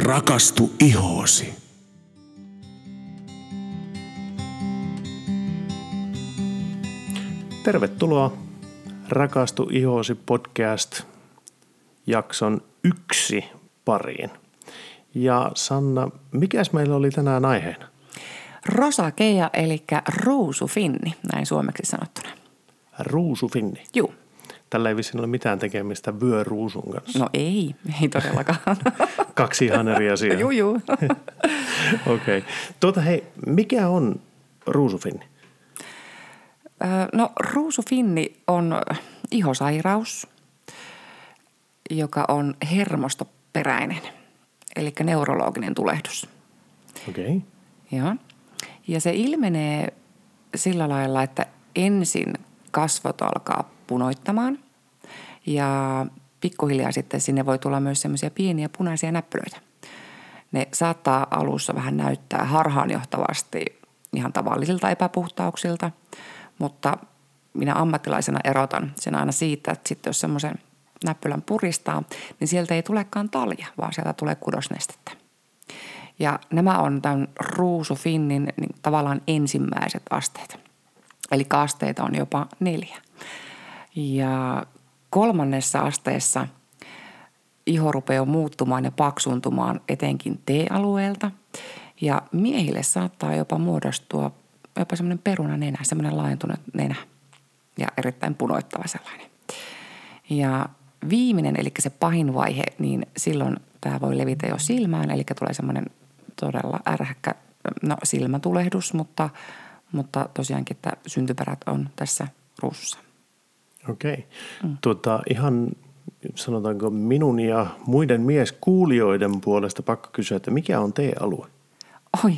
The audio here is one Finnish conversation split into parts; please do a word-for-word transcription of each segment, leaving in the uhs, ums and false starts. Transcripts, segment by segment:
Rakastu ihoosi. Tervetuloa Rakastu ihoosi podcast jakson yksi pariin. Ja Sanna, mikäs meillä oli tänään aiheena? Rosakea, eli ruusufinni, näin suomeksi sanottuna. Ruusufinni? Juu. Tällä ei vissiin ole mitään tekemistä vyöruusun kanssa. No ei, ei todellakaan. Kaksi ihan eri asiaa. Juu, juu. Okei. Okay. Tuota hei, mikä on ruusufinni? No ruusufinni on ihosairaus, joka on hermostoperäinen, eli neurologinen tulehdus. Okei. Okay. Joo. Ja se ilmenee sillä lailla, että ensin kasvot alkaa punoittamaan ja pikkuhiljaa sitten sinne voi tulla myös semmoisia pieniä punaisia näppylöitä. Ne saattaa alussa vähän näyttää harhaanjohtavasti ihan tavallisilta epäpuhtauksilta, mutta minä ammattilaisena erotan sen aina siitä, että sitten jos semmoisen näppylän puristaa, niin sieltä ei tulekaan talja, vaan sieltä tulee kudosnestettä. Ja nämä on tämän ruusufinnin niin tavallaan ensimmäiset asteet. Eli asteita on jopa neljä. Ja kolmannessa asteessa iho rupeaa muuttumaan ja paksuntumaan etenkin T-alueelta. Ja miehille saattaa jopa muodostua jopa semmoinen perunanenä, semmoinen laajentunut nenä ja erittäin punoittava sellainen. Ja viimeinen, eli se pahin vaihe, niin silloin tämä voi levitä jo silmään, eli tulee semmoinen todella ärhäkkä no, silmätulehdus, mutta, mutta tosiaankin, että syntyperät on tässä ruusussa. Okei. Mm. Tuota, ihan sanotaanko minun ja muiden mieskuulijoiden puolesta pakko kysyä, että mikä on T-alue? Oi,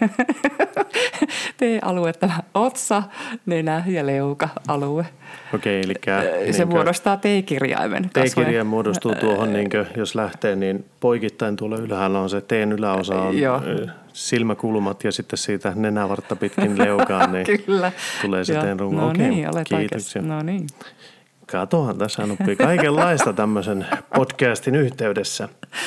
T-alue, tämä otsa, nenä ja leuka-alue. Okei, eli se niinkö, muodostaa T-kirjaimen. T-kirjain muodostuu tuohon, niinkö, jos lähtee, niin poikittain tuolla ylhäällä on se T:n yläosa on silmäkulmat ja sitten siitä nenävartta pitkin leukaan, niin Kyllä. tulee se T:n runko. No Okei, niin, olet kiitoksia. No niin. Katohan, tässä oppii kaikenlaista tämmöisen podcastin yhteydessä.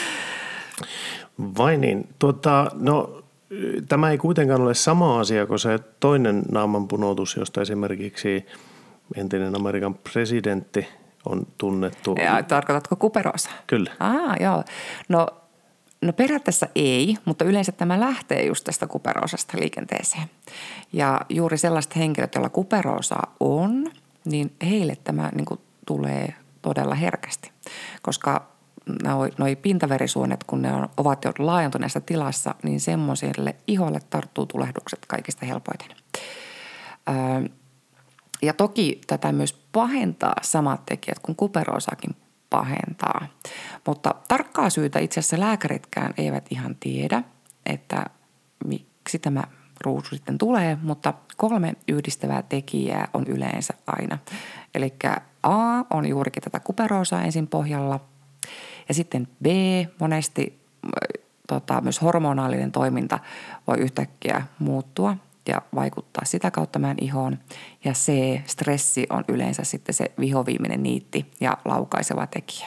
Vai niin, tuota, no tämä ei kuitenkaan ole sama asia kuin se toinen naamanpunoutus, josta esimerkiksi entinen Amerikan presidentti on tunnettu. Ja tarkoitatko kuperoosaa? Kyllä. Ah, joo. No, no periaatteessa ei, mutta yleensä tämä lähtee just tästä kuperoosasta liikenteeseen. Ja juuri sellaiset henkilöt, joilla kuperoosaa on, niin heille tämä niin kuin tulee todella herkästi, koska noi pintaverisuonet, kun ne on, ovat jo laajentuneessa tilassa, niin semmoiselle iholle tarttuu tulehdukset kaikista helpoiten. Öö, ja toki tätä myös pahentaa samat tekijät kuin kuperoosaakin pahentaa. Mutta tarkkaa syytä itse asiassa lääkäritkään eivät ihan tiedä, että miksi tämä ruusu sitten tulee, mutta kolme yhdistävää tekijää on yleensä aina. Eli A on juurikin tätä kuperoosaa ensin pohjalla. Ja sitten B, monesti tota, myös hormonaalinen toiminta voi yhtäkkiä muuttua ja vaikuttaa sitä kautta meidän ihoon. Ja C, stressi on yleensä sitten se vihoviimeinen niitti ja laukaiseva tekijä.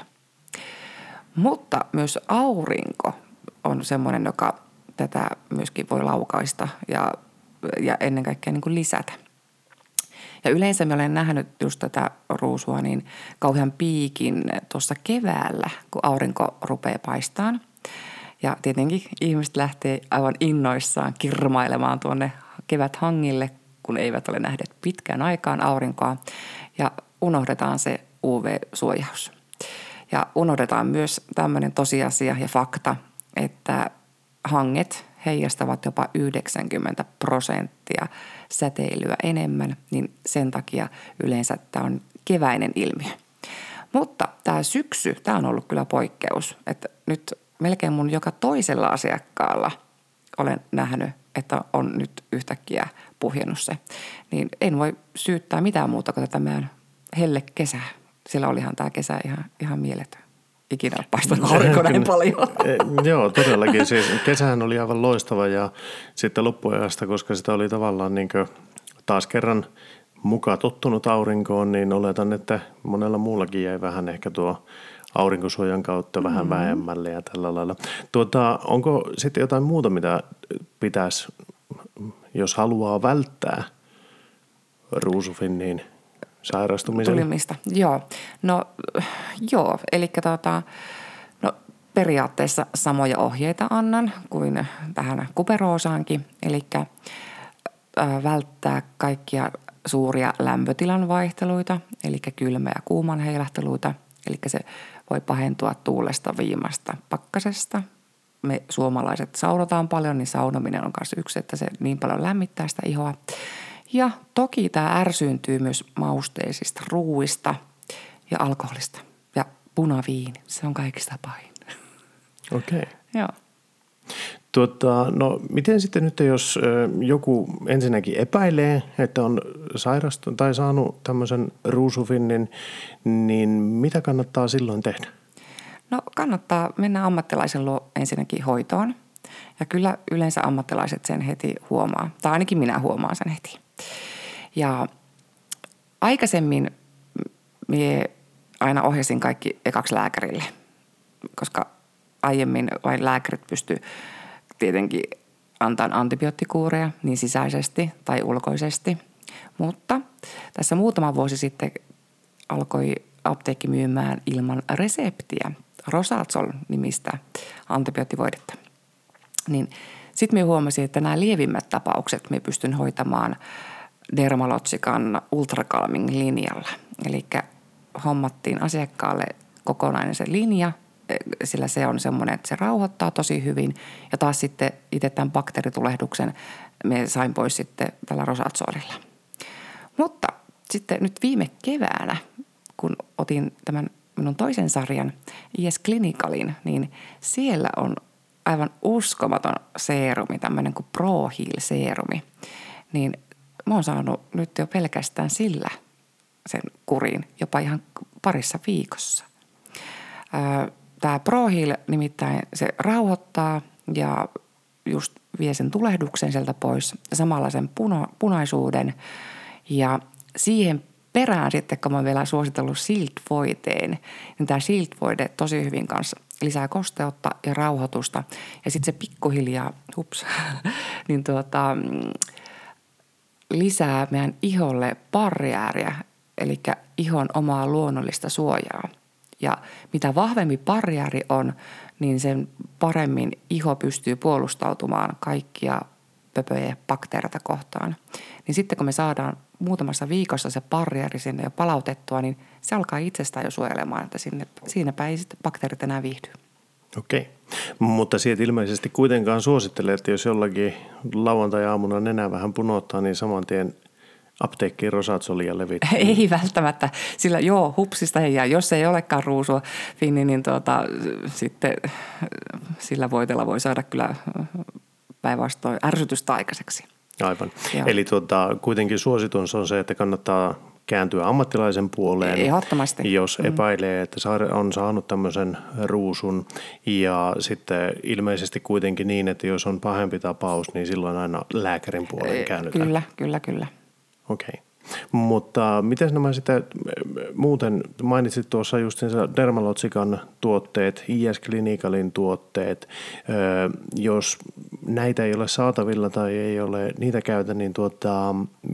Mutta myös aurinko on semmoinen, joka tätä myöskin voi laukaista ja, ja ennen kaikkea niin kuin lisätä. Ja yleensä mä olen nähnyt just tätä ruusua niin kauhean piikin tuossa keväällä, kun aurinko rupeaa paistamaan. Ja tietenkin ihmiset lähtee aivan innoissaan kirmailemaan tuonne keväthangille, kun eivät ole nähneet pitkään aikaan aurinkoa. Ja unohdetaan se U V-suojaus. Ja unohdetaan myös tämmöinen tosiasia ja fakta, että hanget heijastavat jopa yhdeksänkymmentä prosenttia säteilyä enemmän, niin sen takia yleensä tämä on keväinen ilmiö. Mutta tämä syksy, tämä on ollut kyllä poikkeus, että nyt melkein mun joka toisella asiakkaalla olen nähnyt, että on nyt yhtäkkiä puhjennut se. Niin en voi syyttää mitään muuta kuin tätä meidän helle kesää. Sillä olihan tämä kesä ihan, ihan mieletön. Ikinä ole paistanut aurinko näin paljon. Joo, todellakin. Siis kesähän oli aivan loistava ja sitten loppuajasta, koska sitä oli tavallaan niin kuin taas kerran mukaan tottunut aurinkoon, niin oletan, että monella muullakin jäi vähän ehkä tuo aurinkosuojan kautta vähän mm-hmm. vähemmälle ja tällä lailla. Tuota, onko sitten jotain muuta, mitä pitäisi, jos haluaa välttää ruusufinniin sairastumisen? Tulimista, joo. No joo, eli tota, no, periaatteessa samoja ohjeita annan kuin tähän kuperoosaankin, eli välttää kaikkia suuria lämpötilan vaihteluita, eli kylmä- ja kuuman heilahteluita, eli se voi pahentua tuulesta viimasta pakkasesta. Me suomalaiset saunotaan paljon, niin saunominen on myös yksi, että se niin paljon lämmittää sitä ihoa. Ja toki tämä ärsyyntyy myös mausteisista ruuista ja alkoholista. Ja punaviini, se on kaikista pahin. Okei. Okay. Joo. Tuota, no miten sitten nyt, jos joku ensinnäkin epäilee, että on sairastunut tai saanut tämmöisen ruusufinnin, niin mitä kannattaa silloin tehdä? No kannattaa mennä ammattilaisen luo ensinnäkin hoitoon. Ja kyllä yleensä ammattilaiset sen heti huomaa, tai ainakin minä huomaan sen heti. Ja aikaisemmin minä aina ohjasin kaikki ekaksi lääkärille, koska aiemmin vain lääkärit pystyivät tietenkin antamaan antibioottikuureja niin sisäisesti tai ulkoisesti. Mutta tässä muutama vuosi sitten alkoi apteekki myymään ilman reseptiä Rosatsol-nimistä antibioottivoidetta. Niin sitten minä huomasin, että nämä lievimmät tapaukset minä pystyn hoitamaan Dermalogican Ultra Calming linjalla. Eli hommattiin asiakkaalle kokonainen se linja, sillä se on semmoinen, että se rauhoittaa tosi hyvin. Ja taas sitten itse tämän bakteeritulehduksen me sain pois sitten tällä Rosatsolilla. Mutta sitten nyt viime keväänä, kun otin tämän minun toisen sarjan I S Clinicalin, niin siellä on aivan uskomaton seerumi, tämmöinen kuin Pro Heal seerumi. Niin mä oon saanut nyt jo pelkästään sillä sen kurin jopa ihan parissa viikossa. Tämä Pro Heal nimittäin se rauhoittaa ja just vie sen tulehduksen sieltä pois, samalla sen puno, punaisuuden ja siihen perään sitten, kun mä oon vielä suositellut Shield-voiteen, niin tämä Shield-voide tosi hyvin kanssa lisää kosteutta ja rauhoitusta. Ja sitten se pikkuhiljaa, hups, niin tuota, lisää meidän iholle barriääriä, eli ihon omaa luonnollista suojaa. Ja mitä vahvempi barriääri on, niin sen paremmin iho pystyy puolustautumaan kaikkia pöpöjä ja bakteereita kohtaan. Niin sitten kun me saadaan muutamassa viikossa se barrieri sinne jo palautettua, niin se alkaa itsestään jo suojelemaan, että sinne, siinäpä ei sitten bakteerit enää viihdy. Okei, mutta siitä ilmeisesti kuitenkaan suosittelee, että jos jollakin lauantai-aamuna nenä vähän punottaa, niin saman tien apteekkiin Rosatsolia levittää. Ei välttämättä, sillä joo, hupsista ja jos ei olekaan ruusua finni, niin tuota, sitten sillä voitella voi saada kyllä päinvastoin ärsytystä aikaiseksi. Aivan. Joo. Eli tuota, kuitenkin suositus on se, että kannattaa kääntyä ammattilaisen puoleen, ehdottomasti, jos epäilee, että on saanut tämmöisen ruusun. Ja sitten ilmeisesti kuitenkin niin, että jos on pahempi tapaus, niin silloin aina lääkärin puoleen käännytään. Kyllä, kyllä, kyllä. Okei. Okay. Mutta miten nämä sitä muuten, mainitsit tuossa just Dermalogican tuotteet, I S Clinicalin tuotteet, jos näitä ei ole saatavilla tai ei ole niitä käytä, niin tuota,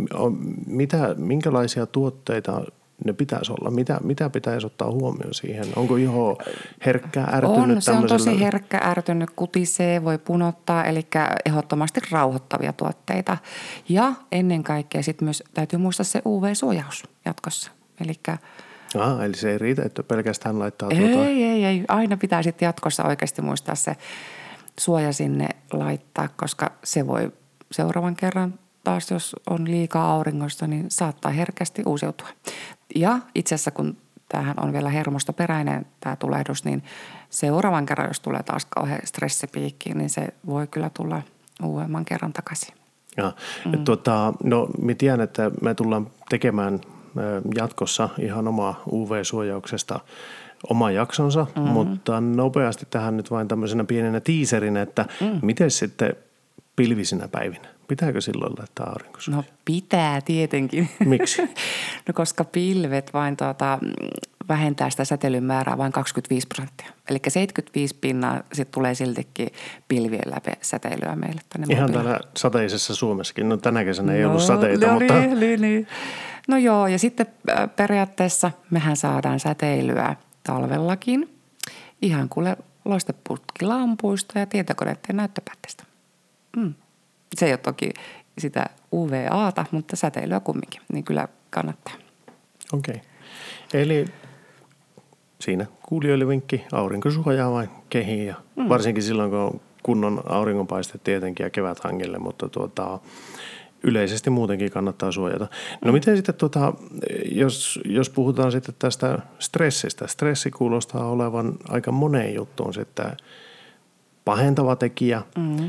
mitä, minkälaisia tuotteita ne pitäisi olla? Mitä, mitä pitäisi ottaa huomioon siihen? Onko iho herkkää, ärtynyt? On, se on tämmöisellä? tosi herkkä, ärtynyt, kutisee, voi punottaa, eli ehdottomasti rauhoittavia tuotteita. Ja ennen kaikkea sitten myös täytyy muistaa se U V-suojaus jatkossa. Elikkä Ah, eli se ei riitä, että pelkästään laittaa ei, tuota... Ei, ei, ei. Aina pitää sitten jatkossa oikeasti muistaa se suoja sinne laittaa, koska se voi seuraavan kerran taas, jos on liikaa auringosta, niin saattaa herkästi uusiutua. Ja itse asiassa, kun tämähän on vielä hermostoperäinen tämä tulehdus, niin seuraavan kerran, jos tulee taas kauhean stressipiikki, niin se voi kyllä tulla uudemman kerran takaisin. Ja, mm. tuota, no, minä tiedän, että me tullaan tekemään jatkossa ihan oma U V-suojauksesta oma jaksonsa, mm-hmm. mutta nopeasti tähän nyt vain tämmöisenä pienenä tiiserinä, että mm. miten sitten pilvisinä päivinä? Pitääkö silloin laittaa aurinkosuojaa? No pitää tietenkin. Miksi? No koska pilvet vain tuota, vähentää sitä säteilyn määrää vain kaksikymmentäviisi prosenttia. Eli seitsemänkymmentäviisi pinnaa sitten tulee siltikin pilvien läpi säteilyä meille tänne Ihan mobiiliin. täällä sateisessa Suomessakin. No tänä kesänä ei no, ollut sateita, no, mutta... Niin, niin, niin. No joo, ja sitten periaatteessa mehän saadaan säteilyä talvellakin ihan kuule loisteputkilampuista ja tietokoneiden näyttöpätteistä. Mm. Se ei ole toki sitä U V A:ta, mutta säteilyä kumminkin, niin kyllä kannattaa. Okei. Okay. Eli siinä kuulijoille vinkki, aurinkosuojaa vain kehiin ja mm. varsinkin silloin, kun on kunnon auringonpaiste tietenkin ja keväthangelle, mutta tuota, yleisesti muutenkin kannattaa suojata. No mm. miten sitten, tuota, jos, jos puhutaan sitten tästä stressistä. Stressi kuulostaa olevan aika moneen juttuun sitten pahentava tekijä, mm.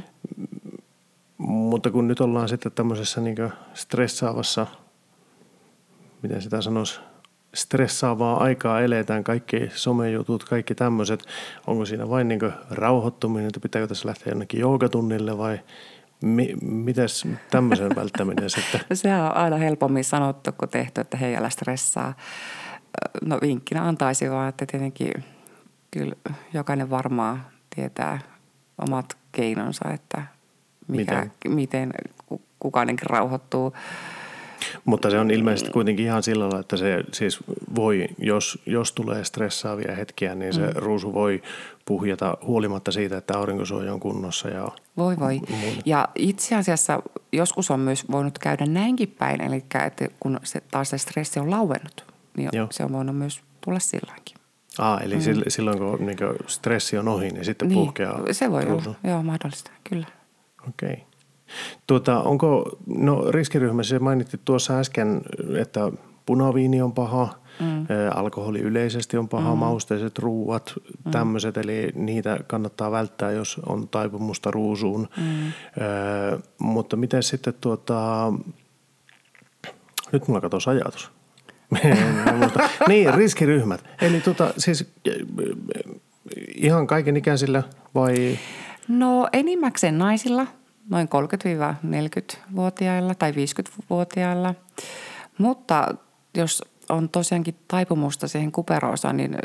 mutta kun nyt ollaan sitten tämmöisessä niin kuin stressaavassa, miten sitä sanoisi, stressaavaa aikaa eletään, kaikki somejutut, kaikki tämmöiset. Onko siinä vain niin kuin rauhoittuminen, että pitääkö tässä lähteä jonnekin joogatunnille vai mi- mitäs tämmöisen välttäminen sitten? No sehän on aina helpommin sanottu kuin tehty, että hei älä stressaa. No vinkkinä antaisin vaan, että tietenkin kyllä jokainen varmaan tietää omat keinonsa, että mikä, miten, miten kukainenkin rauhoittuu. Mutta se on ilmeisesti kuitenkin ihan sillä lailla, että se siis voi, jos, jos tulee stressaavia hetkiä, niin se mm. ruusu voi puhjata huolimatta siitä, että aurinkosuoja on kunnossa. Ja voi voi. Muuta. Ja itse asiassa joskus on myös voinut käydä näinkin päin, eli että kun se, taas se stressi on lauennut, niin Joo. se on voinut myös tulla silloinkin. Ah, eli mm. silloin kun niin kuin stressi on ohi, niin sitten niin, puhkeaa se voi ruusu. olla, joo mahdollista, kyllä. Okei. Okay. Tuota, onko, no riskiryhmässä mainittiin tuossa äsken, että punaviini on paha, mm. alkoholi yleisesti on paha, mm. mausteiset ruuat, mm. tämmöiset, eli niitä kannattaa välttää, jos on taipumusta ruusuun. Mm. Ö, mutta miten sitten tuota, nyt mulla katosi ajatus. niin, riskiryhmät. Eli tuota, siis ihan kaikenikäisillä vai? No enimmäkseen naisilla. Noin kolmekymmentä-neljäkymmentävuotiailla tai viisikymmentävuotiailla. Mutta jos on tosiaankin taipumusta siihen kuperoosaan niin,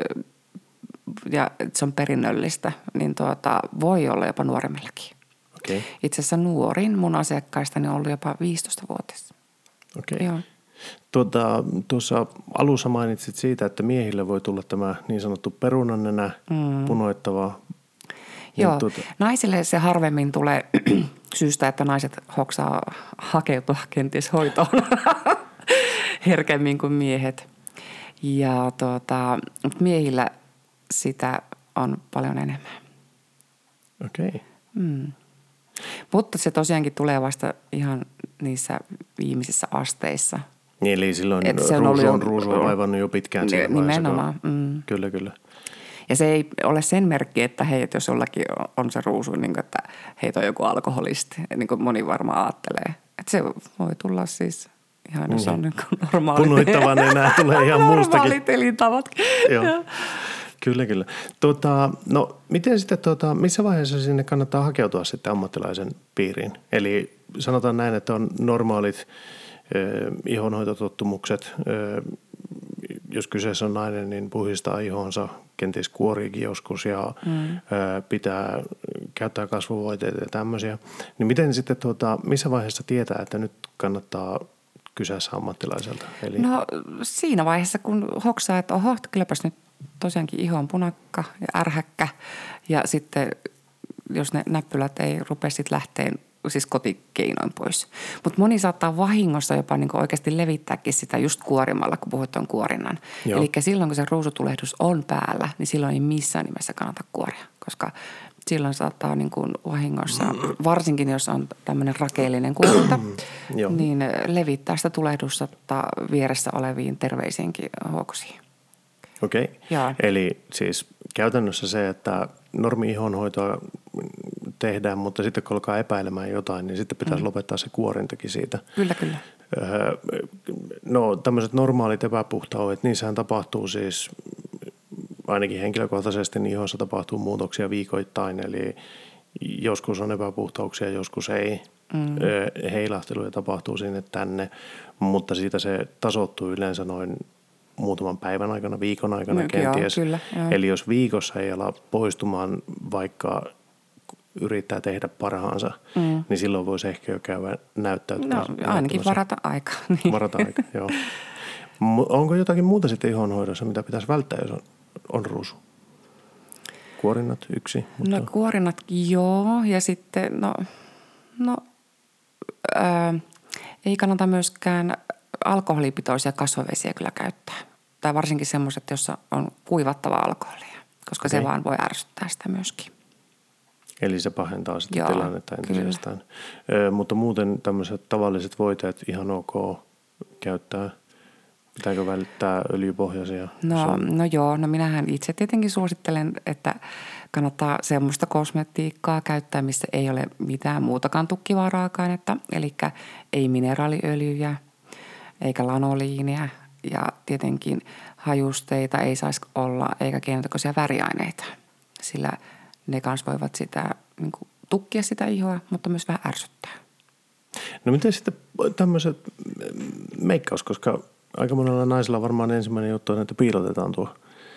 ja se on perinnöllistä, niin tuota, voi olla jopa nuoremmillakin. Okay. Itse asiassa nuorin mun asiakkaista on ollut jopa viisitoistavuotias. Okei. Okay. Tuota, tuossa alussa mainitsit siitä, että miehille voi tulla tämä niin sanottu perunannenä, mm. punoittava. Joo, tuota... naisille se harvemmin tulee syystä, että naiset hoksaa hakeutua kenties hoitoon herkemmin kuin miehet. Ja tuota, miehillä sitä on paljon enemmän. Okei. Okay. Mm. Mutta se tosiaankin tulee vasta ihan niissä viimeisissä asteissa. Niin, eli silloin ruusu on, ollut jo, ruusu on vaivannut jo pitkään siinä vaiheessa. Nimenomaan. Mm. Kyllä, kyllä. Ja se ei ole sen merkki, että hei, jos jollakin on se ruusu, niin kuin, että heitä on joku alkoholisti, niin kuin moni varmaan ajattelee. Että se voi tulla siis ihan, jos mm. on niin kuin normaali. Punuittavan enää tulee ihan muustakin. Normaalit elintavat. Joo. Kyllä, kyllä. Tuota, no miten sitten, tuota, missä vaiheessa sinne kannattaa hakeutua sitten ammattilaisen piiriin? Eli sanotaan näin, että on normaalit eh, ihonhoitotottumukset. Eh, jos kyseessä on nainen, niin puhistaa ihonsa, kenties kuoriikin joskus ja mm. eh, pitää käyttää kasvovoiteita ja tämmöisiä. Niin miten sitten, tuota, missä vaiheessa tietää, että nyt kannattaa kyseessä ammattilaiselta? Eli... No siinä vaiheessa, kun hoksaa, että oho, kylläpäs nyt tosiaankin iho on punakka ja ärhäkkä ja sitten jos ne näppylät ei rupea sitten lähteen siis kotikeinoin pois. Mutta moni saattaa vahingossa jopa niinku oikeasti levittääkin sitä just kuorimalla, kun puhutaan kuorinnan. Eli silloin, kun se ruusutulehdus on päällä, niin silloin ei missään nimessä kannata kuoria, koska silloin saattaa niinku vahingossa, varsinkin jos on tämmöinen rakeellinen kuorinta, niin levittää sitä tulehdusta vieressä oleviin terveisiinkin huokosiin. Okei. Okay. Eli siis käytännössä se, että normi-ihonhoitoa tehdään, mutta sitten kun alkaa epäilemään jotain, niin sitten pitäisi mm. lopettaa se kuorintakin siitä. Kyllä, kyllä. No tämmöiset normaalit epäpuhtaudet, niissähän tapahtuu siis ainakin henkilökohtaisesti, niin ihossa tapahtuu muutoksia viikoittain, eli joskus on epäpuhtauksia, joskus ei. Mm. Heilahteluja tapahtuu sinne tänne, mutta siitä se tasoittuu yleensä noin muutaman päivän aikana, viikon aikana No, kenties. joo, kyllä, joo. Eli jos viikossa ei ala poistumaan, vaikka yrittää tehdä parhaansa, mm. niin silloin voisi ehkä jo käydä näyttäytyä. No ainakin varata aikaa. Niin. Varata aikaa, joo. Onko jotakin muuta sitten ihonhoidossa, mitä pitäisi välttää, jos on, on ruusu? Kuorinnat yksi. Mutta... No kuorinnat joo ja sitten no, no ää, ei kannata myöskään alkoholipitoisia kasvovesiä kyllä käyttää. Tai varsinkin semmoiset, jossa on kuivattavaa alkoholia, koska okay. se vaan voi ärsyttää sitä myöskin. Eli se pahentaa sitä Joo, tilannetta entisestään. Ö, mutta muuten tämmöiset tavalliset voiteet ihan ok käyttää. Pitääkö välttää öljypohjaisia? No, no joo, no minähän itse tietenkin suosittelen, että kannattaa semmoista kosmetiikkaa käyttää, missä ei ole mitään muutakaan tukkivaa raaka-ainetta. Eli ei mineraaliöljyjä eikä lanoliinia ja tietenkin hajusteita ei saisi olla eikä keinotekoisia väriaineita, sillä ne kanssa voivat sitä, niin kuin, tukkia sitä ihoa, mutta myös vähän ärsyttää. No miten sitten tämmöiset meikkaus, koska aika monella naisella varmaan ensimmäinen juttu on, että piilotetaan tuo.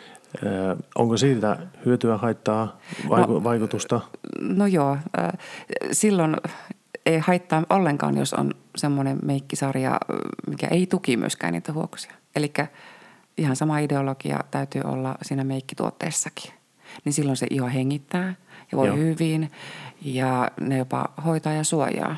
Ö, onko siitä hyötyä, haittaa, vaiku- no, vaikutusta? No joo, silloin ei haittaa ollenkaan, jos on semmoinen meikkisarja, mikä ei tuki myöskään niitä huokosia. Eli ihan sama ideologia täytyy olla siinä meikkituotteessakin. Niin silloin se iho hengittää ja voi Joo. hyvin ja ne jopa hoitaa ja suojaa.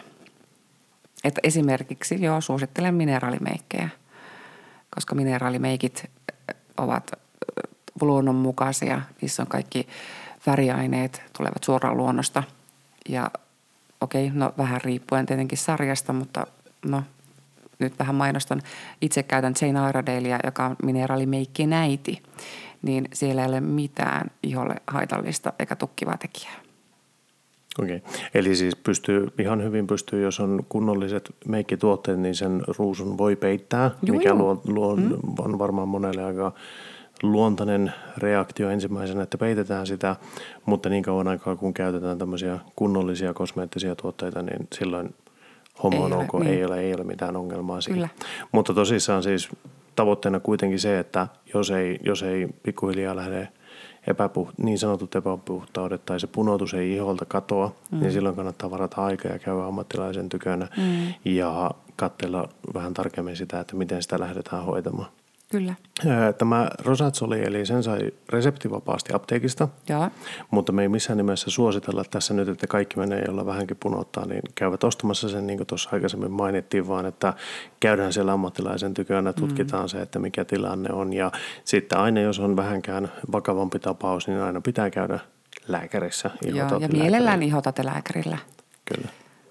Että esimerkiksi joo, suosittelen mineraalimeikkejä, koska mineraalimeikit ovat luonnonmukaisia. Niissä on kaikki väriaineet, tulevat suoraan luonnosta ja okei, no vähän riippuen tietenkin sarjasta, mutta no nyt vähän mainostan. Itse käytän Jane Iredalea, joka on mineraalimeikki näiti, niin siellä ei ole mitään iholle haitallista eikä tukkivaa tekijää. Okei. Eli siis pystyy, ihan hyvin pystyy, jos on kunnolliset meikkituotteet, niin sen ruusun voi peittää, Juu, mikä juu. luo, luo, mm. on varmaan monelle aika luontainen reaktio ensimmäisenä, että peitetään sitä, mutta niin kauan aikaa, kun käytetään tämmöisiä kunnollisia kosmeettisia tuotteita, niin silloin homma on Ei ole, ok, niin. ei ole, ei ole mitään ongelmaa siinä. Kyllä. Mutta tosissaan siis tavoitteena kuitenkin se, että jos ei, jos ei pikkuhiljaa lähde epäpuht, niin sanotut epäpuhtaudet tai se punotus ei iholta katoa, mm. niin silloin kannattaa varata aikaa ja käydä ammattilaisen tykönä mm. ja katsella vähän tarkemmin sitä, että miten sitä lähdetään hoitamaan. Kyllä. Tämä Rosatsoli, eli sen sai reseptivapaasti apteekista, Joo. mutta me ei missään nimessä suositella tässä nyt, että kaikki menee, jolla vähänkin punottaa, niin käyvät ostamassa sen, niin kuin tuossa aikaisemmin mainittiin, vaan että käydään siellä ammattilaisen tykönä, tutkitaan mm. se, että mikä tilanne on. Ja sitten aina, jos on vähänkään vakavampi tapaus, niin aina pitää käydä lääkärissä. Joo, ja mielellään ihotate lääkärillä. Kyllä.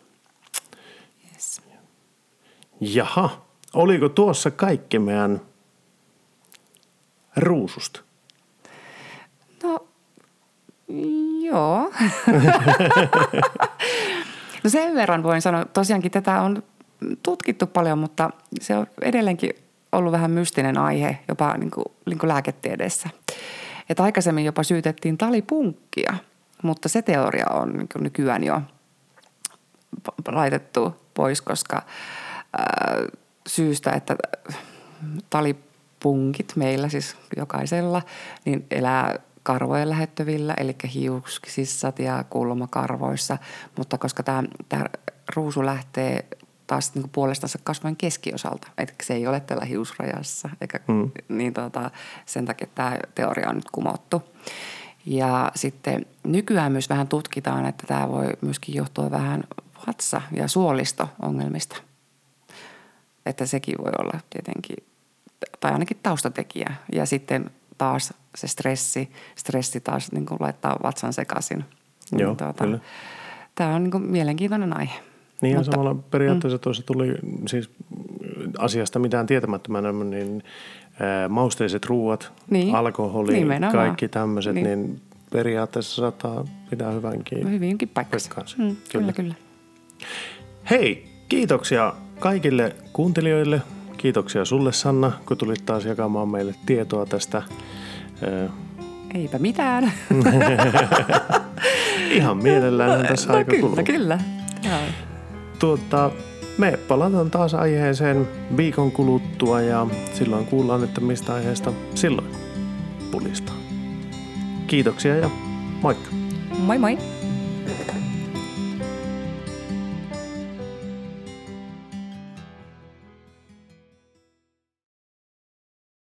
Yes. Jaha, oliko tuossa kaikki meidän ruususta? No, joo. No sen verran voin sanoa, tosiaankin tätä on tutkittu paljon, mutta se on edelleenkin ollut vähän mystinen aihe jopa niin kuin, niin kuin lääketieteessä. Että aikaisemmin jopa syytettiin talipunkkia, mutta se teoria on niin kuin nykyään jo laitettu pois, koska ää, syystä, että talipunkit meillä siis jokaisella, niin elää karvojen lähettyvillä, eli hiuksissa ja kulmakarvoissa, mutta koska tämä, tämä ruusu lähtee taas niin kuin puolestansa kasvojen keskiosalta, että se ei ole tällä hiusrajassa, eikä, mm. niin tota, sen takia tämä teoria on nyt kumottu. Ja sitten nykyään myös vähän tutkitaan, että tämä voi myöskin johtua vähän vatsa- ja suolisto-ongelmista. Että sekin voi olla tietenkin, tai ainakin taustatekijä. Ja sitten taas se stressi, stressi taas niin kuin laittaa vatsan sekaisin. Joo, niin tuota, kyllä. Tämä on niin kuin mielenkiintoinen aihe. Niin Mutta, samalla periaatteessa mm. tuossa tuli siis asiasta mitään tietämättömänä, niin ää, mausteiset ruuat, niin. alkoholi, nimenomaan. Kaikki tämmöiset, niin. niin periaatteessa saattaa pitää hyvänkin. Hyvinkin paikkansa. Mm, kyllä, kyllä. Hei, kiitoksia kaikille kuuntelijoille. Kiitoksia sulle, Sanna, kun tulit taas jakamaan meille tietoa tästä. Eipä mitään. Ihan mielellään tässä no, aika kyllä, kuluu. kyllä. Joo. Tuota, Me palataan taas aiheeseen viikon kuluttua ja silloin kuullaan, että mistä aiheesta silloin pulistaa. Kiitoksia ja moikka! Moi moi!